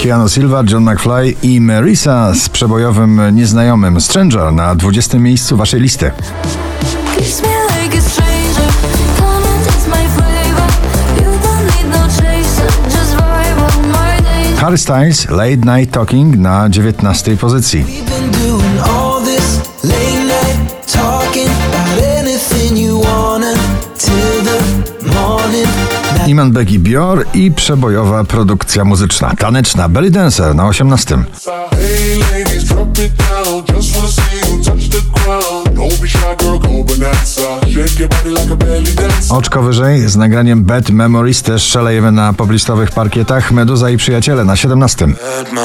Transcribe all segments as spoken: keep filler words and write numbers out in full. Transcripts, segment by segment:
Keanu Silva, John McFly i Marisa z przebojowym Nieznajomym Stranger na dwudziestym miejscu waszej listy. Harry Styles, Late Night Talking na dziewiętnastej pozycji. Iman Beck i Bior i przebojowa produkcja muzyczna, taneczna Belly Dancer na osiemnastym. Oczko wyżej z nagraniem Bad Memories też szalejemy na poblistowych parkietach. Meduza i Przyjaciele na siedemnastym.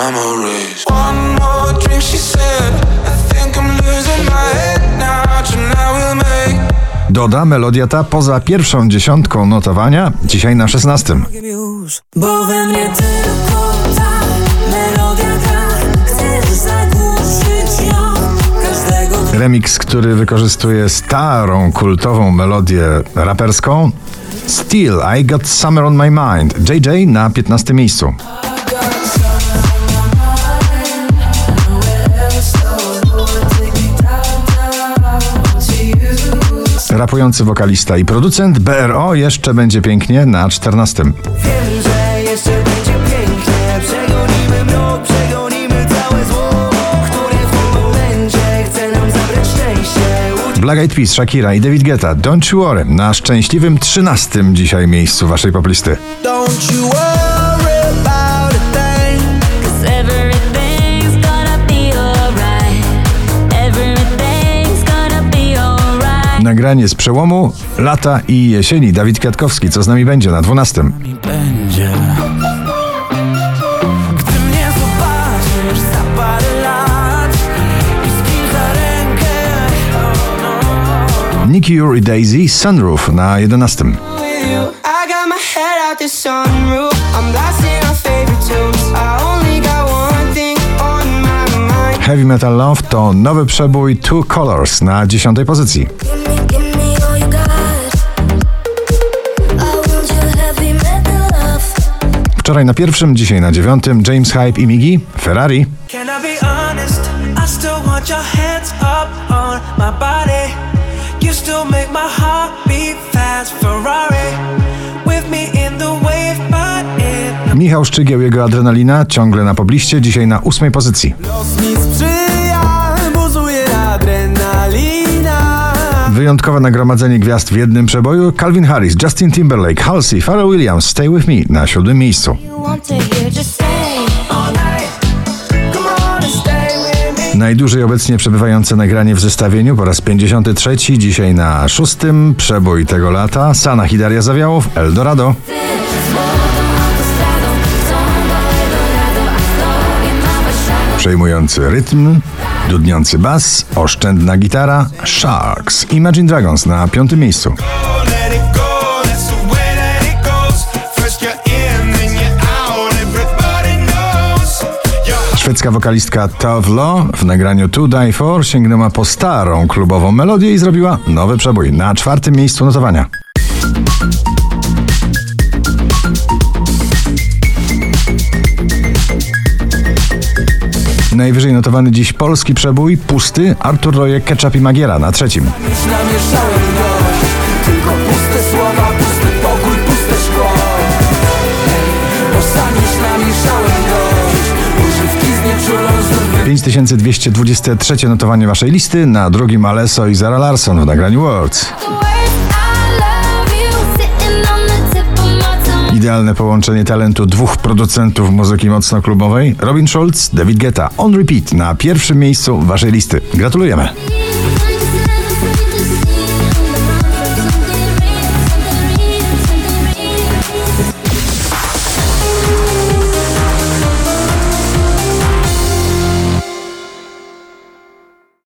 Doda, melodia ta poza pierwszą dziesiątką notowania, dzisiaj na szesnastym. Bo we mnie tylko ta melodia gra, chcesz zagłuszyć ją każdego... Remix, który wykorzystuje starą, kultową melodię raperską. Still, I Got Summer on My Mind, J J na piętnastym miejscu. Rapujący wokalista i producent B R O Jeszcze będzie pięknie na czternastym. Wiem, że jeszcze będzie pięknie, przegonimy mrok, przegonimy całe zło, które w tym momencie chce nam zabrać szczęście. Black Eyed Peas, Shakira i David Guetta, Don't You Worry na szczęśliwym trzynastym dzisiaj miejscu waszej poplisty. Don't you worry about a thing, 'cause everything's gonna be alright. Everything's gonna be alright. Nagranie z przełomu lata i jesieni. Dawid Kwiatkowski, Co z nami będzie na dwunastym. Będzie. Gdy mnie zobaczysz za parę lat i z kim za rękę. Nicky Ure i Daisy, Sunroof na jedenastym. Heavy Metal Love to nowy przebój Two Colors na dziesiątej pozycji. Wczoraj na pierwszym, dzisiaj na dziewiątym James Hype i Miggy, Ferrari. Michał Szczygieł, jego Adrenalina, ciągle na pobliście, dzisiaj na ósmej pozycji. Wyjątkowe nagromadzenie gwiazd w jednym przeboju. Calvin Harris, Justin Timberlake, Halsey, Pharrell Williams, Stay With Me na siódmym miejscu. Najdłużej obecnie przebywające nagranie w zestawieniu po raz pięćdziesiąty trzeci, dzisiaj na szóstym. Przebój tego lata, Sanach i Daria Zawiałow, Eldorado. Przejmujący rytm, dudniący bas, oszczędna gitara, Sharks, Imagine Dragons na piątym miejscu. Szwedzka wokalistka Tove Lo w nagraniu To Die For sięgnęła po starą klubową melodię i zrobiła nowy przebój na czwartym miejscu notowania. Najwyżej notowany dziś polski przebój, Pusty, Artur Rojek, Ketchup i Magiera na trzecim. pięć tysięcy dwieście dwadzieścia trzy notowanie waszej listy, na drugim Alesso i Zara Larsson w nagraniu Words. Idealne połączenie talentu dwóch producentów muzyki mocno klubowej. Robin Schulz, David Guetta, On Repeat na pierwszym miejscu waszej listy. Gratulujemy.